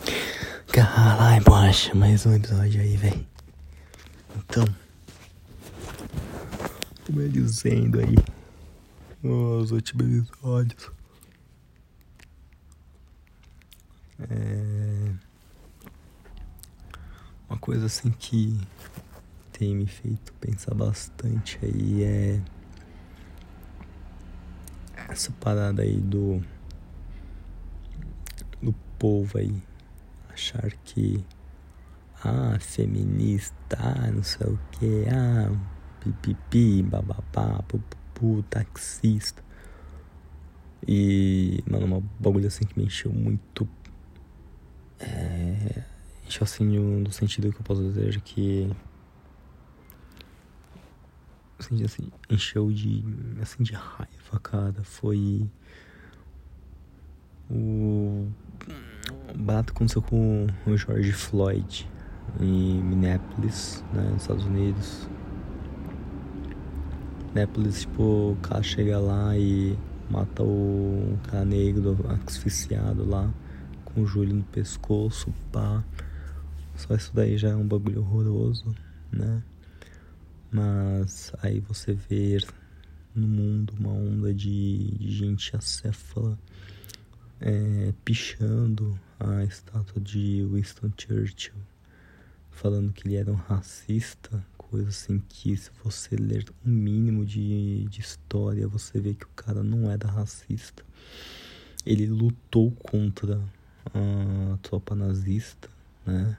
Caralho, poxa, mais um episódio aí, velho. Então, como eu ia dizendo aí nos últimos episódios, uma coisa assim que tem me feito pensar bastante aí é essa parada aí do povo aí achar que feminista, não sei o que, pipipi, bababá, pupupu, taxista. E, mano, um bagulho assim que me encheu muito. Encheu assim no sentido que eu posso dizer que. Assim, encheu de raiva, cara. Foi o barato que aconteceu com o George Floyd em Minneapolis, né, nos Estados Unidos. Minneapolis, tipo, o cara chega lá e mata o cara negro asfixiado lá, com o joelho no pescoço, pá. Só isso daí já é um bagulho horroroso, né? Mas aí você vê no mundo uma onda de gente acéfala pichando a estátua de Winston Churchill, falando que ele era um racista, coisa assim que, se você ler um mínimo de história, você vê que o cara não era racista. Ele lutou contra a tropa nazista, né?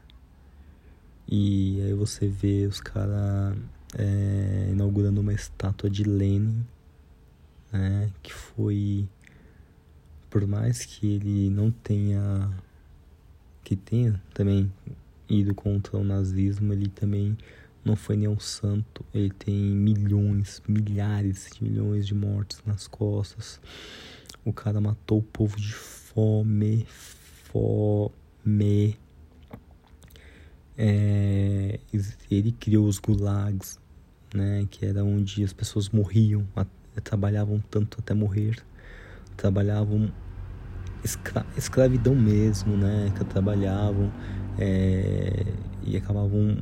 E aí você vê os caras inaugurando uma estátua de Lenin, né? Que foi, por mais que ele não tenha, que tenha também ido contra o nazismo, ele também não foi nenhum santo. Ele tem milhares de milhões de mortos nas costas. O cara matou o povo de fome. Ele criou os gulags, né, que era onde as pessoas morriam, trabalhavam tanto até morrer, trabalhavam escravidão mesmo, né, que trabalhavam e acabavam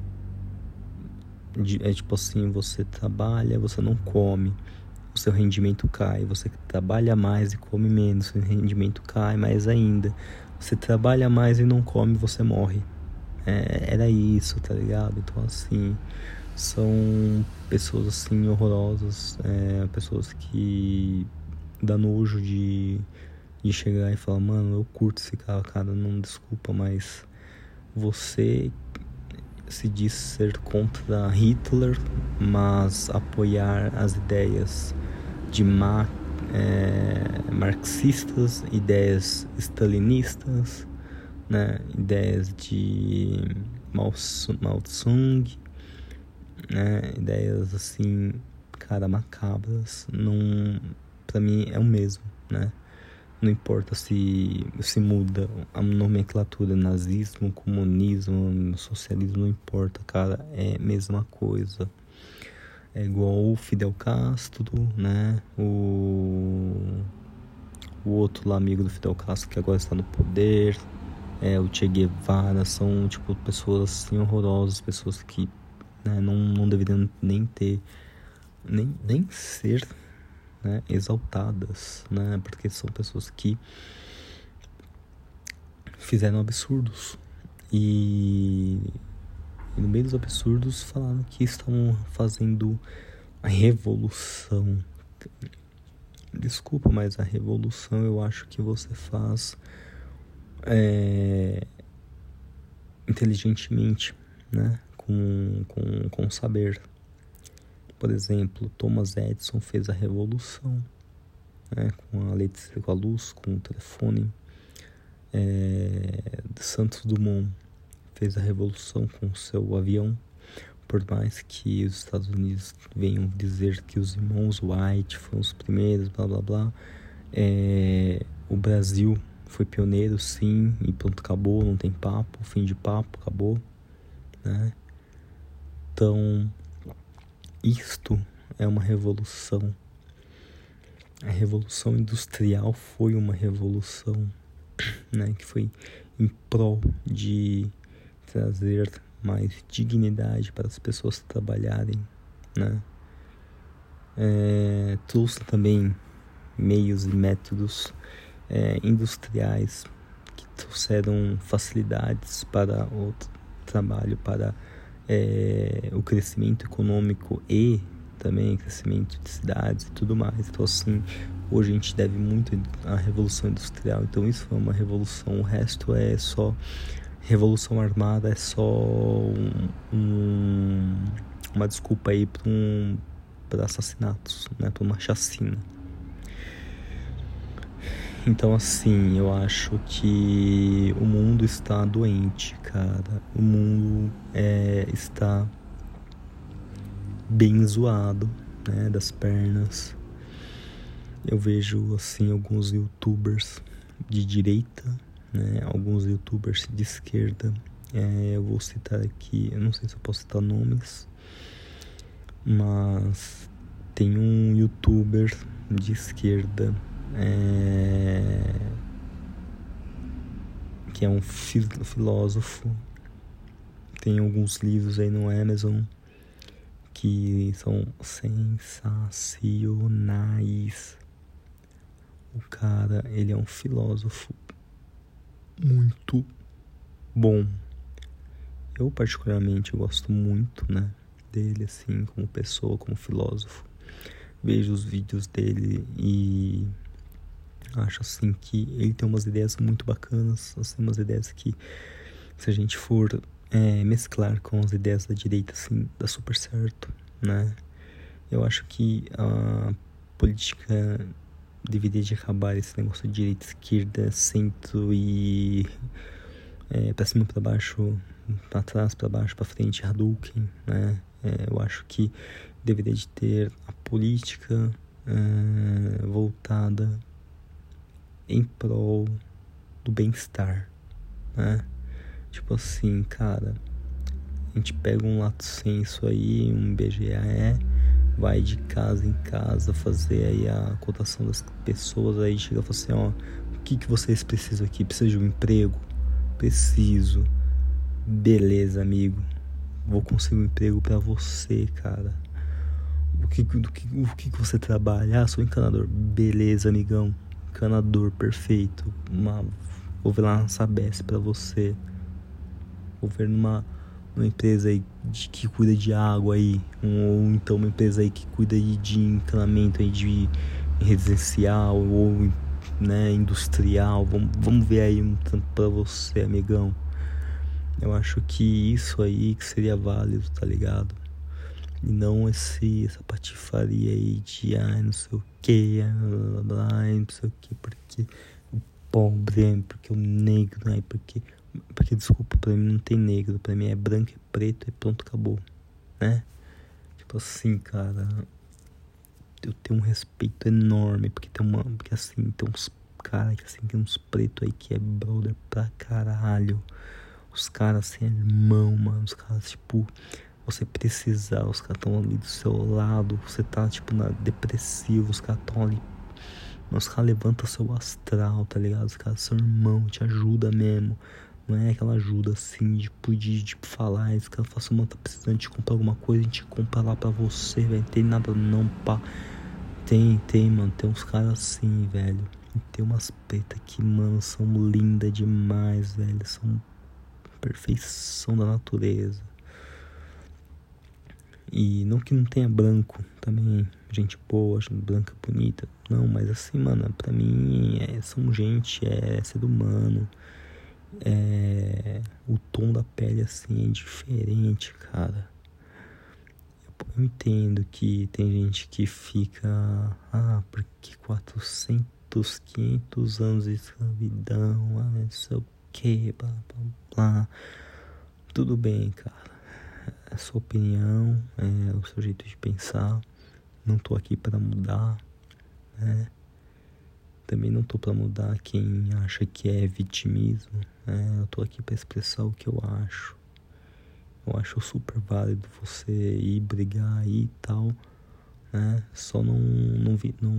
tipo assim, você trabalha, você não come, o seu rendimento cai. Você trabalha mais e come menos, seu rendimento cai mais ainda. Você trabalha mais e não come, você morre. Era isso, tá ligado? Então, assim, são pessoas assim horrorosas, pessoas que dá nojo de chegar e falar: mano, eu curto esse cara, não, desculpa, mas você se diz ser contra Hitler, mas apoiar as ideias de marxistas, ideias stalinistas, né, ideias de Mao Tsung, né, ideias assim, cara, macabras. Não, pra mim é o mesmo, né? Não importa se muda a nomenclatura, nazismo, comunismo, socialismo, não importa, cara, é a mesma coisa. É igual o Fidel Castro, né? O outro lá, amigo do Fidel Castro, que agora está no poder, o Che Guevara. São, tipo, pessoas assim horrorosas, pessoas que, né, não deveriam nem ter, nem ser, né, exaltadas, né, porque são pessoas que fizeram absurdos e no meio dos absurdos falaram que estavam fazendo a revolução. Desculpa, mas a revolução eu acho que você faz inteligentemente, né, com saber. Por exemplo, Thomas Edison fez a revolução, né, com a luz, com o telefone. Santos Dumont fez a revolução com o seu avião. Por mais que os Estados Unidos venham dizer que os irmãos White foram os primeiros, blá blá blá, o Brasil foi pioneiro, sim, e pronto, acabou, não tem papo, fim de papo, acabou, né? Então, isto é uma revolução. A revolução industrial foi uma revolução, né, que foi em prol de trazer mais dignidade para as pessoas trabalharem, né? Trouxe também meios e métodos industriais que trouxeram facilidades para o trabalho, para o crescimento econômico e também crescimento de cidades e tudo mais. Então, assim, hoje a gente deve muito à Revolução Industrial. Então, isso foi uma revolução. O resto é só revolução armada, é só uma desculpa aí para assassinatos, né, para uma chacina. Então, assim, eu acho que o mundo está doente, cara. O mundo está bem zoado, né, das pernas. Eu vejo, assim, alguns youtubers de direita, né, alguns youtubers de esquerda. Eu vou citar aqui, eu não sei se eu posso citar nomes, mas tem um youtuber de esquerda que é um filósofo. Tem alguns livros aí no Amazon que são sensacionais. O cara, ele é um filósofo muito bom. Eu particularmente gosto muito, né, dele, assim, como pessoa, como filósofo. Vejo os vídeos dele e acho, assim, que ele tem umas ideias muito bacanas, assim, umas ideias que, se a gente for mesclar com as ideias da direita, assim, dá super certo, né? Eu acho que a política deveria de acabar esse negócio de direita, esquerda, centro e pra cima, pra baixo, pra trás, pra baixo, pra frente, Hadouken, né? Eu acho que deveria de ter a política voltada em prol do bem-estar, né? Tipo assim, cara, a gente pega um lato senso aí, um IBGE, vai de casa em casa fazer aí a cotação das pessoas, aí chega e fala assim, ó, o que vocês precisam aqui? Precisa de um emprego? Preciso. Beleza, amigo, vou conseguir um emprego pra você, cara. O que você trabalha? Sou encanador. Beleza, amigão, encanador, perfeito. Vou ver lá na Sabesp pra você. Vou ver numa empresa aí que cuida de água aí, ou então uma empresa aí que cuida aí de encanamento aí de residencial ou, né, industrial. Vamos ver aí um tanto pra você, amigão. Eu acho que isso aí que seria válido, tá ligado? E não essa patifaria aí de não sei o que, blá, blá, blá, não sei o que, porque o pobre, porque o negro, porque, desculpa, pra mim não tem negro, pra mim é branco e preto e pronto, acabou, né? Tipo assim, cara, eu tenho um respeito enorme, porque assim, tem uns caras que assim, tem uns pretos aí que é brother pra caralho. Os caras assim, irmão, mano, os caras, tipo, você precisar, os caras estão ali do seu lado, você tá, tipo, depressivo, os caras estão ali, os caras levantam seu astral, tá ligado? Os caras são irmão, te ajuda mesmo. Não é aquela ajuda assim, de falar, esse cara fala assim, mano, tá precisando de comprar alguma coisa, a gente compra lá pra você, velho. Não tem nada não, pá. Tem, mano, tem uns caras assim, velho. E tem umas pretas que, mano, são lindas demais, velho. São perfeição da natureza. E não que não tenha branco também, gente boa, gente branca bonita. Não, mas assim, mano, pra mim são gente, ser humano. O tom da pele assim é diferente, cara. Eu entendo que tem gente que fica, porque 400, 500 anos de escravidão, não sei o que, blá blá blá. Tudo bem, cara, é a sua opinião, é o seu jeito de pensar. Não tô aqui para mudar, né? Também não tô para mudar quem acha que é vitimismo, né? Eu tô aqui para expressar o que eu acho. Eu acho super válido você ir brigar aí e tal, né? Só não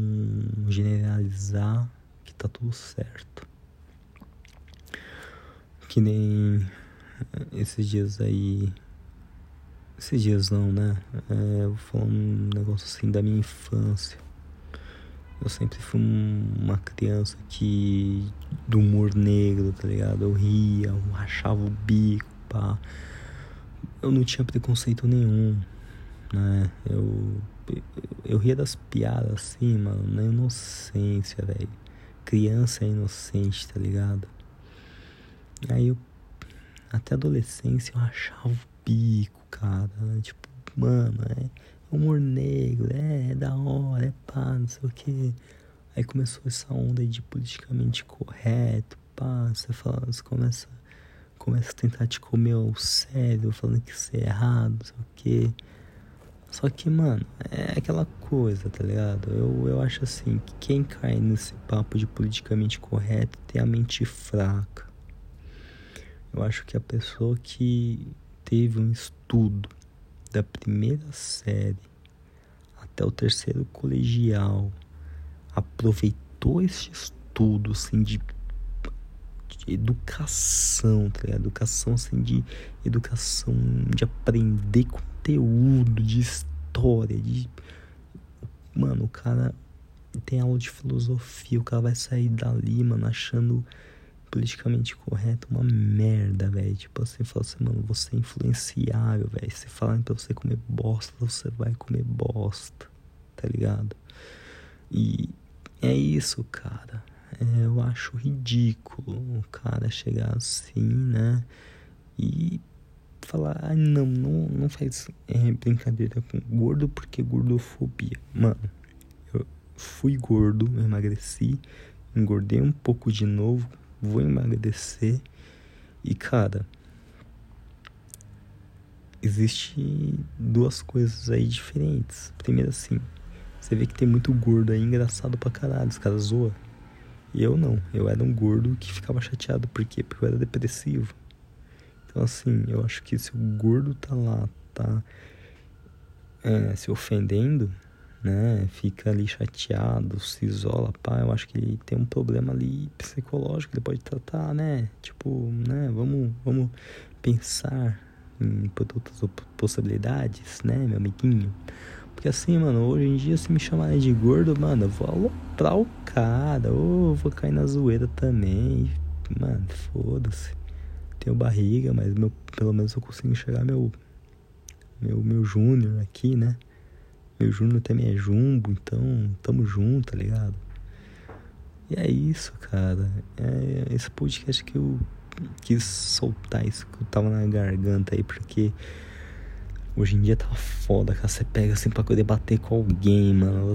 generalizar que tá tudo certo. Que nem esses dias aí. Esses dias não, né? Eu vou falar um negócio assim da minha infância. Eu sempre fui uma criança que... do humor negro, tá ligado? Eu ria, eu rachava o bico, pá. Eu não tinha preconceito nenhum, né? Eu ria das piadas assim, mano, na inocência, velho. Criança é inocente, tá ligado? Aí eu... até adolescência eu rachava o bico, cara. Tipo, mano, humor negro, é da hora, é pá, não sei o que. Aí começou essa onda aí de politicamente correto, pá, você começa a tentar te comer o cérebro, falando que isso é errado, não sei o que. Só que, mano, é aquela coisa, tá ligado? Eu acho assim, que quem cai nesse papo de politicamente correto tem a mente fraca. Eu acho que a pessoa que teve um estudo da primeira série até o terceiro colegial, aproveitou esse estudo, assim, de educação, tá ligado? Educação, assim, de educação, de aprender conteúdo, de história, Mano, o cara tem aula de filosofia, o cara vai sair dali, mano, achando politicamente correto uma merda, velho. Tipo assim, fala assim, mano, você é influenciável, velho. Se falarem pra você comer bosta, você vai comer bosta, tá ligado? E é isso, cara. Eu acho ridículo o cara chegar assim, né? E falar, não faz brincadeira com gordo porque gordofobia. Mano, eu fui gordo, emagreci, engordei um pouco de novo, vou emagrecer. E, cara, existe duas coisas aí diferentes. Primeiro, assim, você vê que tem muito gordo aí engraçado pra caralho, os caras zoam. E eu não, eu era um gordo que ficava chateado. Por quê? Porque eu era depressivo. Então, assim, eu acho que se o gordo tá lá, tá se ofendendo, né, fica ali chateado, se isola, pá, eu acho que ele tem um problema ali psicológico, ele pode tratar, né, tipo, né, vamos pensar em outras possibilidades, né, meu amiguinho. Porque assim, mano, hoje em dia se me chamarem de gordo, mano, eu vou aloprar o cara, ou vou cair na zoeira também, mano, foda-se. Tenho barriga, mas pelo menos eu consigo enxergar meu júnior aqui, né? Meu júnior também é jumbo, então tamo junto, tá ligado? E é isso, cara. É esse podcast que eu quis soltar isso que eu tava na garganta aí, porque hoje em dia tá foda, cara. Você pega assim pra poder bater com alguém, mano.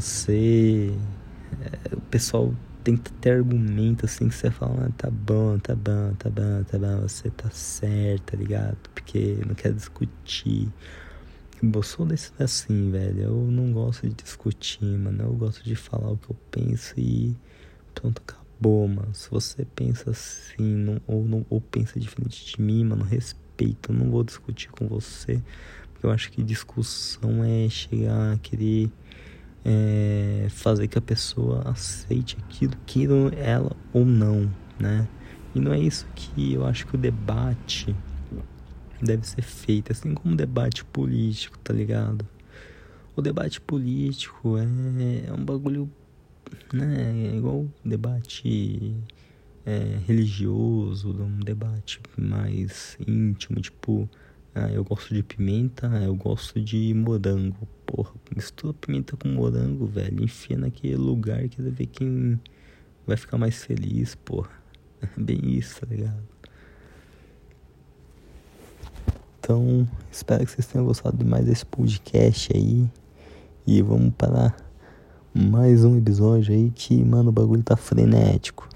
O pessoal tenta ter argumento assim que você fala, tá bom, você tá certo, tá ligado? Porque não quer discutir. Eu sou desse assim, velho. Eu não gosto de discutir, mano. Eu gosto de falar o que eu penso e pronto, acabou, mano. Se você pensa assim, ou pensa diferente de mim, mano, respeito. Eu não vou discutir com você, porque eu acho que discussão é chegar a querer fazer que a pessoa aceite aquilo, queira ela ou não, né? E não é isso que eu acho que o debate deve ser feito, assim como o debate político, tá ligado? O debate político é um bagulho, né? É igual o debate religioso, um debate mais íntimo, tipo, eu gosto de pimenta, eu gosto de morango. Porra, mistura pimenta com morango, velho. Enfia naquele lugar que vai ver quem vai ficar mais feliz, porra. É bem isso, tá ligado? Então, espero que vocês tenham gostado de mais desse podcast aí. E vamos para mais um episódio aí que, mano, o bagulho tá frenético.